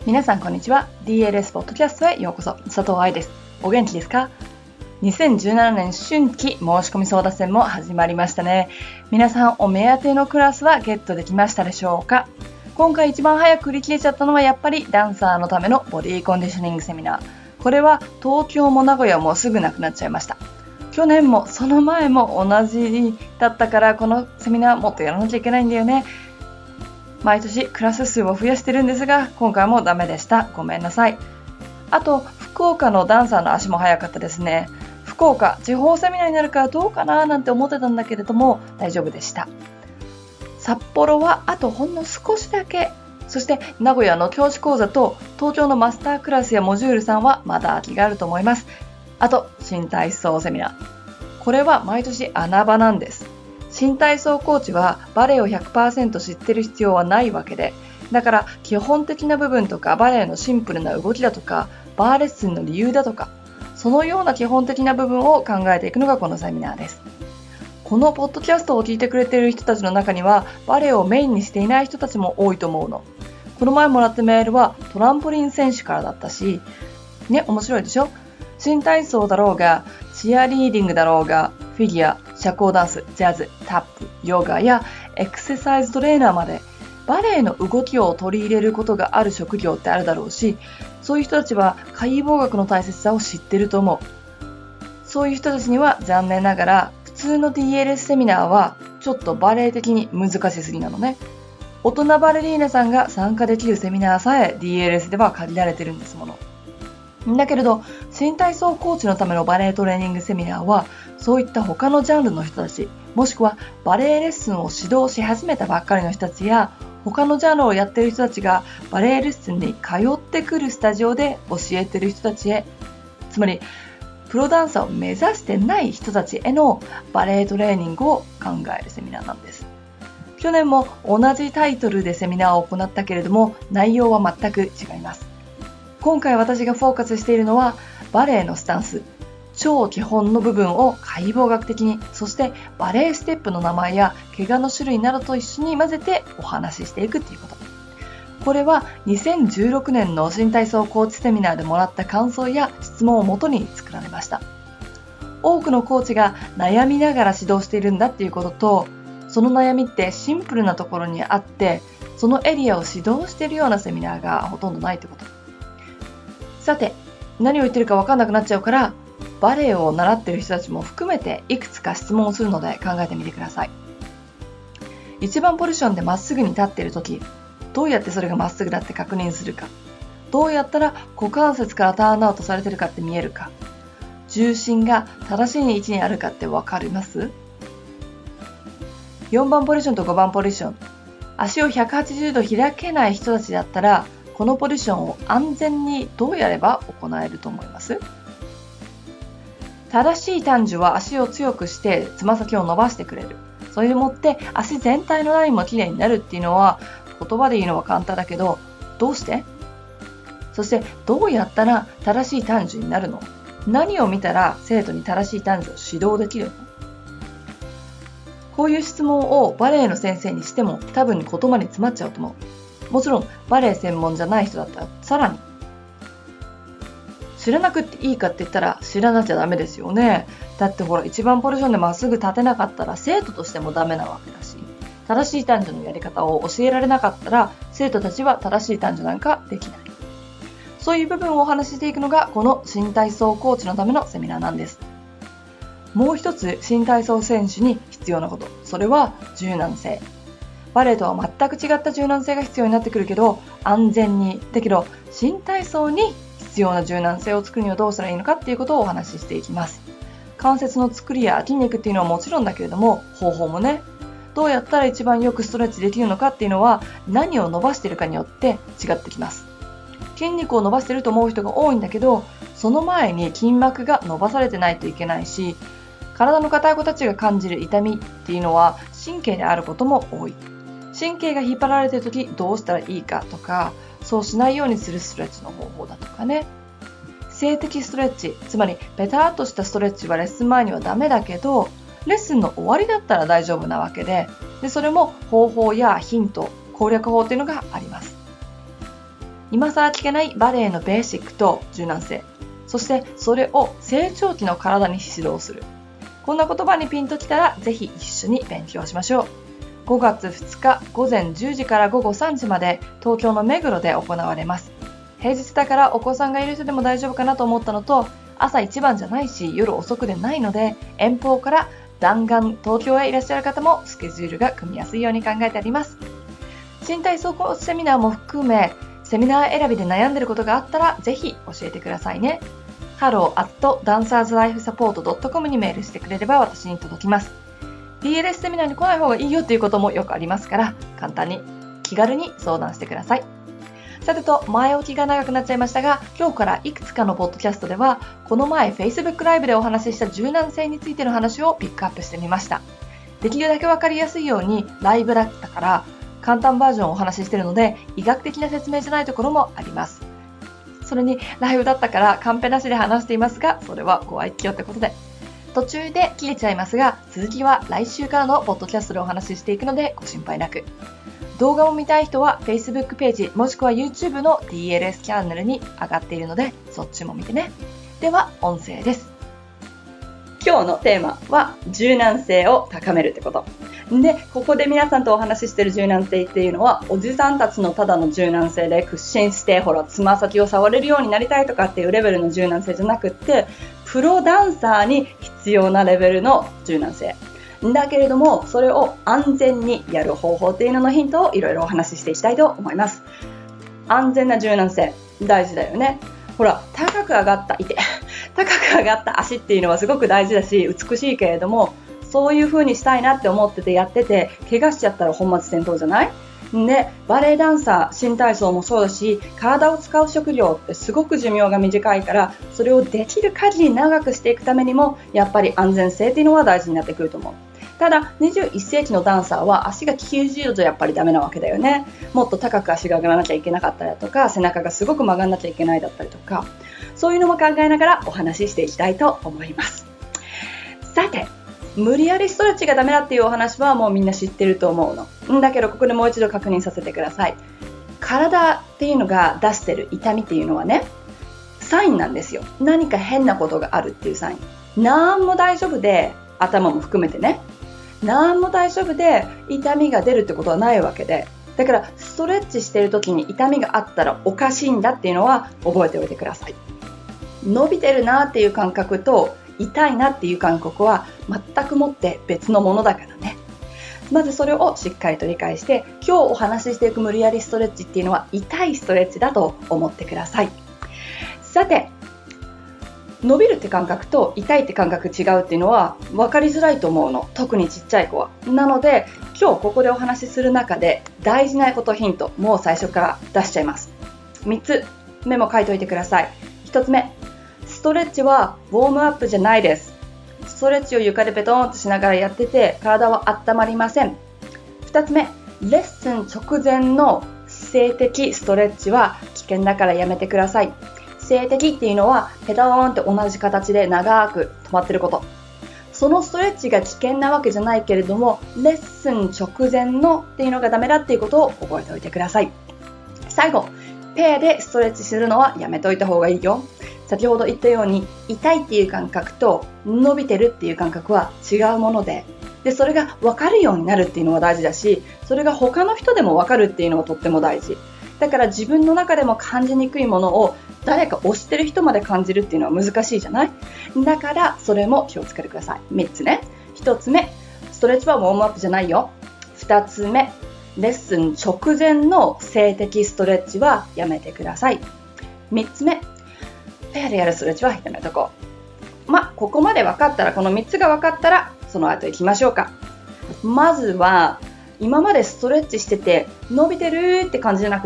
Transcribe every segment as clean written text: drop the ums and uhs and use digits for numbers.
皆さんこんにちは。 DLS ポッドキャストへようこそ。佐藤愛です。お元気ですか？2017年春季申し込み争奪戦も始まりましたね。皆さんお目当てのクラスはゲットできましたでしょうか？今回一番早く売り切れちゃったのはやっぱりダンサーのためのボディコンディショニングセミナー。これは東京も名古屋もすぐなくなっちゃいました。去年もその前も同じだったから、このセミナーもっとやらなきゃいけないんだよね。毎年クラス数を増やしてるんですが、今回もダメでした。ごめんなさい。あと、福岡のダンサーの足も早かったですね。福岡、地方セミナーになるからどうかななんて思ってたんだけれども、大丈夫でした。札幌はあとほんの少しだけ。そして名古屋の教師講座と東京のマスタークラスやモジュールさんはまだ空きがあると思います。あと、新体操セミナー。これは毎年穴場なんです。新体操コーチはバレエを 100% 知ってる必要はないわけで、だから基本的な部分とかバレエのシンプルな動きだとかバーレッスンの理由だとか、そのような基本的な部分を考えていくのがこのセミナーです。このポッドキャストを聞いてくれている人たちの中にはバレエをメインにしていない人たちも多いと思うの。この前もらったメールはトランポリン選手からだったしね、面白いでしょ。新体操だろうがチアリーディングだろうがフィギュア、社交ダンス、ジャズ、タップ、ヨガやエクササイズトレーナーまでバレエの動きを取り入れることがある職業ってあるだろうし、そういう人たちは解剖学の大切さを知ってると思う。そういう人たちには残念ながら普通の DLS セミナーはちょっとバレエ的に難しすぎなのね。大人バレリーナさんが参加できるセミナーさえ DLS では限られてるんですもの。だけれど、新体操コーチのためのバレエトレーニングセミナーは、そういった他のジャンルの人たち、もしくはバレエレッスンを指導し始めたばっかりの人たちや、他のジャンルをやっている人たちがバレエレッスンに通ってくるスタジオで教えている人たちへ、つまりプロダンサーを目指してない人たちへのバレエトレーニングを考えるセミナーなんです。去年も同じタイトルでセミナーを行ったけれども、内容は全く違います。今回私がフォーカスしているのはバレエのスタンス、超基本の部分を解剖学的に、そしてバレエステップの名前や怪我の種類などと一緒に混ぜてお話ししていくということ。これは2016年の新体操コーチセミナーでもらった感想や質問をもとに作られました。多くのコーチが悩みながら指導しているんだっていうことと、その悩みってシンプルなところにあって、そのエリアを指導しているようなセミナーがほとんどないってこと。さて、何を言ってるか分かんなくなっちゃうから、バレエを習っている人たちも含めていくつか質問をするので考えてみてください。1番ポジションでまっすぐに立っているとき、どうやってそれがまっすぐだって確認するか、どうやったら股関節からターンアウトされてるかって見えるか、重心が正しい位置にあるかって分かります？ 4 番ポジションと5番ポジション、足を180度開けない人たちだったら、このポジションを安全にどうやれば行えると思います？正しい短寿は足を強くしてつま先を伸ばしてくれる。それでもって足全体のラインもきれいになるっていうのは、言葉で言うのは簡単だけど、どうして？そしてどうやったら正しい短寿になるの？何を見たら生徒に正しい短寿を指導できるの？こういう質問をバレエの先生にしても多分言葉に詰まっちゃうと思う。もちろんバレエ専門じゃない人だったらさらに。知らなくっていいかって言ったら知らなきゃダメですよね。だってほら、一番ポジションでまっすぐ立てなかったら生徒としてもダメなわけだし、正しい短寿のやり方を教えられなかったら生徒たちは正しい短寿なんかできない。そういう部分をお話ししていくのがこの新体操コーチのためのセミナーなんです。もう一つ新体操選手に必要なこと、それは柔軟性。バレエとは全く違った柔軟性が必要になってくるけど、安全にだけど新体操に必要な柔軟性を作るにはどうしたらいいのかっていうことをお話ししていきます。関節の作りや筋肉っていうのはもちろんだけれども、方法もね、どうやったら一番よくストレッチできるのかっていうのは何を伸ばしているかによって違ってきます。筋肉を伸ばしていると思う人が多いんだけど、その前に筋膜が伸ばされてないといけないし、体の硬い子たちが感じる痛みっていうのは神経であることも多い。神経が引っ張られているときどうしたらいいかとか、そうしないようにするストレッチの方法だとかね。静的ストレッチ、つまりペタッとしたストレッチはレッスン前にはダメだけど、レッスンの終わりだったら大丈夫なわけで、それも方法やヒント、攻略法っていうのがあります。 今更聞けないバレエのベーシックと柔軟性、そしてそれを成長期の体に指導する。こんな言葉にピンときたらぜひ一緒に勉強しましょう。5月2日午前10時から午後3時まで東京の目黒で行われます。平日だからお子さんがいる人でも大丈夫かなと思ったのと、朝一番じゃないし夜遅くでないので、遠方から弾丸東京へいらっしゃる方もスケジュールが組みやすいように考えてあります。身体操コーチセミナーも含め、セミナー選びで悩んでることがあったらぜひ教えてくださいね。hello@dancerslifesupport.com にメールしてくれれば私に届きます。 DLS セミナーに来ない方がいいよっていうこともよくありますから、簡単に気軽に相談してください。さてと、前置きが長くなっちゃいましたが、今日からいくつかのポッドキャストではこの前 Facebook ライブでお話しした柔軟性についての話をピックアップしてみました。できるだけわかりやすいようにライブだったから簡単バージョンをお話ししているので、医学的な説明じゃないところもあります。それにライブだったからカンペなしで話していますが、それはご愛嬌ってことで、途中で切れちゃいますが、続きは来週からのポッドキャストでお話ししていくのでご心配なく。動画を見たい人は Facebook ページもしくは YouTube の DLS チャンネルに上がっているので、そっちも見てね。では音声です。今日のテーマは柔軟性を高めるってことで、ここで皆さんとお話ししている柔軟性っていうのは、おじさんたちのただの柔軟性で屈伸してほらつま先を触れるようになりたいとかっていうレベルの柔軟性じゃなくって、プロダンサーに必要なレベルの柔軟性だけれども、それを安全にやる方法っていうののヒントをいろいろお話ししていきたいと思います。安全な柔軟性大事だよね。ほら、高く上がった足っていうのはすごく大事だし美しいけれども、そういう風にしたいなって思っててやってて怪我しちゃったら本末転倒じゃない？で、バレエダンサー、新体操もそうだし、体を使う職業ってすごく寿命が短いから、それをできる限り長くしていくためにもやっぱり安全性っていうのは大事になってくると思う。ただ21世紀のダンサーは足が90度じゃやっぱりダメなわけだよね。もっと高く足が上がらなきゃいけなかったりだとか、背中がすごく曲がんなきゃいけないだったりとか、そういうのも考えながらお話ししていきたいと思います。さて、無理やりストレッチがダメだっていうお話はもうみんな知ってると思うの。だけどここでもう一度確認させてください。体っていうのが出してる痛みっていうのはね、サインなんですよ。何か変なことがあるっていうサイン。なんも大丈夫で、頭も含めてね、なんも大丈夫で痛みが出るってことはないわけで、だからストレッチしてる時に痛みがあったらおかしいんだっていうのは覚えておいてください。伸びてるなっていう感覚と痛いなっていう感覚は全くもって別のものだからね。まずそれをしっかりと理解して、今日お話ししていく無理やりストレッチっていうのは痛いストレッチだと思ってください。さて、伸びるって感覚と痛いって感覚違うっていうのは分かりづらいと思うの、特にちっちゃい子は。なので今日ここでお話しする中で大事なことヒントもう最初から出しちゃいます。3つメモ書いておいてください。1つ目、ストレッチはウォームアップじゃないです。ストレッチを床でペトンとしながらやってて体は温まりません。2つ目、レッスン直前の静的ストレッチは危険だからやめてください。静的っていうのはペターンって同じ形で長く止まってること。そのストレッチが危険なわけじゃないけれども、レッスン直前のっていうのがダメだっていうことを覚えておいてください。最後、ペアでストレッチするのはやめといた方がいいよ。先ほど言ったように痛いっていう感覚と伸びてるっていう感覚は違うもので、それが分かるようになるっていうのは大事だし、それが他の人でも分かるっていうのはとっても大事だから、自分の中でも感じにくいものを誰か推してる人まで感じるっていうのは難しいじゃない？だからそれも気をつけてください。3つね。1つ目、ストレッチはウォームアップじゃないよ。2つ目、レッスン直前の静的ストレッチはやめてください。3つ目、ペアでやるストレッチはやめとこう。ここまで分かったら、この3つが分かったらその後行きましょうか。まずは今までストレッチしてて伸びてるって感じじゃなくって、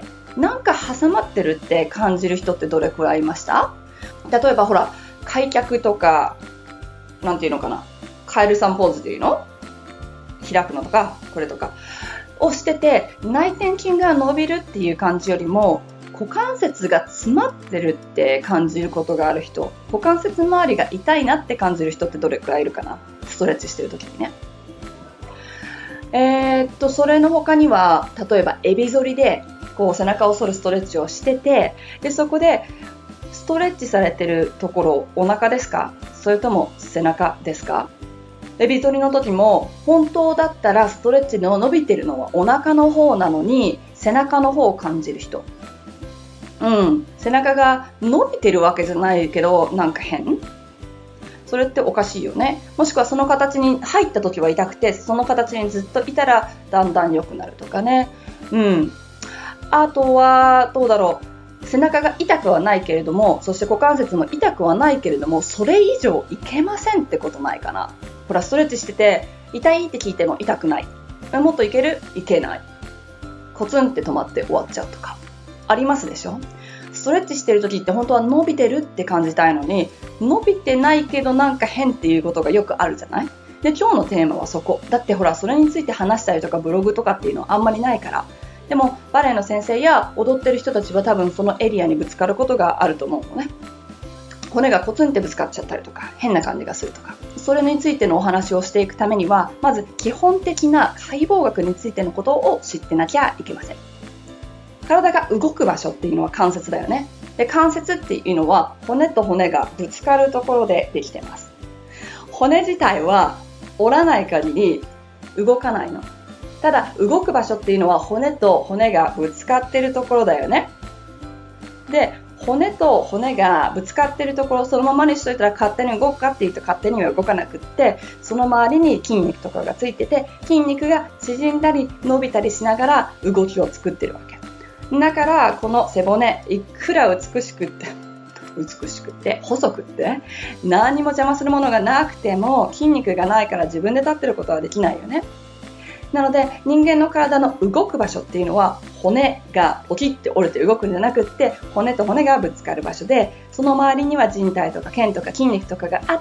なんか挟まってるって感じる人ってどれくらいいました？例えばほら、開脚とか、なんていうのかな、カエルさんポーズでいうの？開くのとか、これとかをしてて内転筋が伸びるっていう感じよりも、股関節が詰まってるって感じることがある人、股関節周りが痛いなって感じる人ってどれくらいいるかな？ストレッチしてる時にね。それの他には、例えばエビ反りでこう背中を反るストレッチをしてて、でそこでストレッチされてるところ、お腹ですか、それとも背中ですか？エビ反りの時も本当だったらストレッチの伸びてるのはお腹の方なのに背中の方を感じる人、背中が伸びてるわけじゃないけどなんか変、それっておかしいよね。もしくはその形に入った時は痛くて、その形にずっといたらだんだん良くなるとかね。あとはどうだろう、背中が痛くはないけれども、そして股関節も痛くはないけれども、それ以上いけませんってことないかな。ほらストレッチしてて痛いって聞いても痛くない、もっといける、いけない、コツンって止まって終わっちゃうとかありますでしょ。ストレッチしてる時って本当は伸びてるって感じたいのに、伸びてないけどなんか変っていうことがよくあるじゃない。で今日のテーマはそこだって、ほらそれについて話したりとかブログとかっていうのはあんまりないから。でもバレエの先生や踊ってる人たちは多分そのエリアにぶつかることがあると思うのね。骨がコツンってぶつかっちゃったりとか変な感じがするとか、それについてのお話をしていくためには、まず基本的な解剖学についてのことを知ってなきゃいけません。体が動く場所っていうのは関節だよね。で関節っていうのは骨と骨がぶつかるところでできています。骨自体は折らない限り動かないの。ただ動く場所っていうのは骨と骨がぶつかってるところだよね。で骨と骨がぶつかってるところをそのままにしといたら勝手に動くかっていうと勝手には動かなくって、その周りに筋肉とかがついてて、筋肉が縮んだり伸びたりしながら動きを作ってるわけだから、この背骨いくら美しくって細くって何にも邪魔するものがなくても筋肉がないから自分で立ってることはできないよね。なので人間の体の動く場所っていうのは骨がポキッて折れて動くんじゃなくって、骨と骨がぶつかる場所で、その周りには靭帯とか腱とか筋肉とかがあって、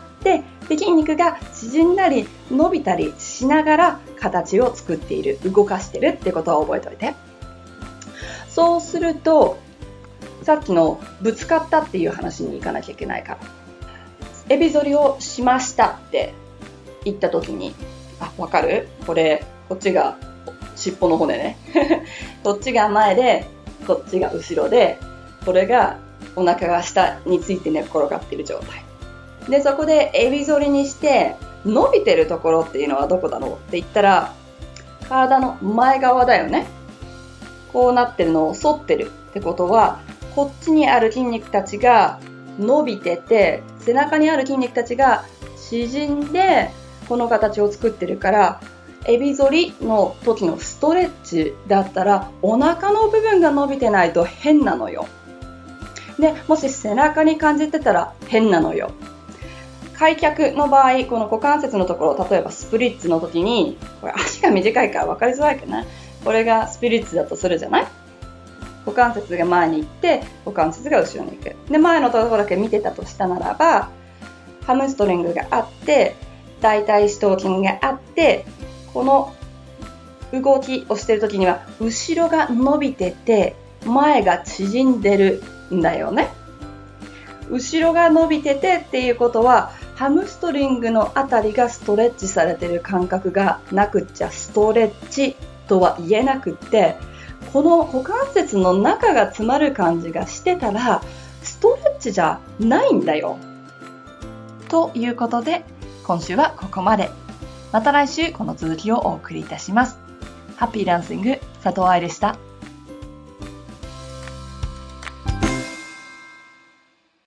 で筋肉が縮んだり伸びたりしながら形を作っている、動かしてるってことを覚えておいて。そうするとさっきのぶつかったっていう話に行かなきゃいけないから、エビ反りをしましたって言った時に、わかる？こっちが尻尾の骨ねこっちが前でこっちが後ろで、これがお腹が下について寝っ転がっている状態で、そこでエビ反りにして伸びてるところっていうのはどこだろうって言ったら、体の前側だよね。こうなってるのを反ってるってことは、こっちにある筋肉たちが伸びてて、背中にある筋肉たちが縮んでこの形を作ってるから、エビ反りの時のストレッチだったらお腹の部分が伸びてないと変なのよ。でもし背中に感じてたら変なのよ。開脚の場合、この股関節のところ、例えばスプリッツの時に、これ足が短いから分かりづらいかな。これがスピリッツだとするじゃない。股関節が前に行って股関節が後ろに行く。で前のところだけ見てたとしたならば、ハムストリングがあって大腿四頭筋があって、この動きをしている時には後ろが伸びてて前が縮んでるんだよね。後ろが伸びててっていうことは、ハムストリングのあたりがストレッチされてる感覚がなくっちゃストレッチとは言えなくって、この股関節の中が詰まる感じがしてたらストレッチじゃないんだよ。ということで今週はここまで。また来週この続きをお送りいたします。ハッピーダンシング佐藤愛でした。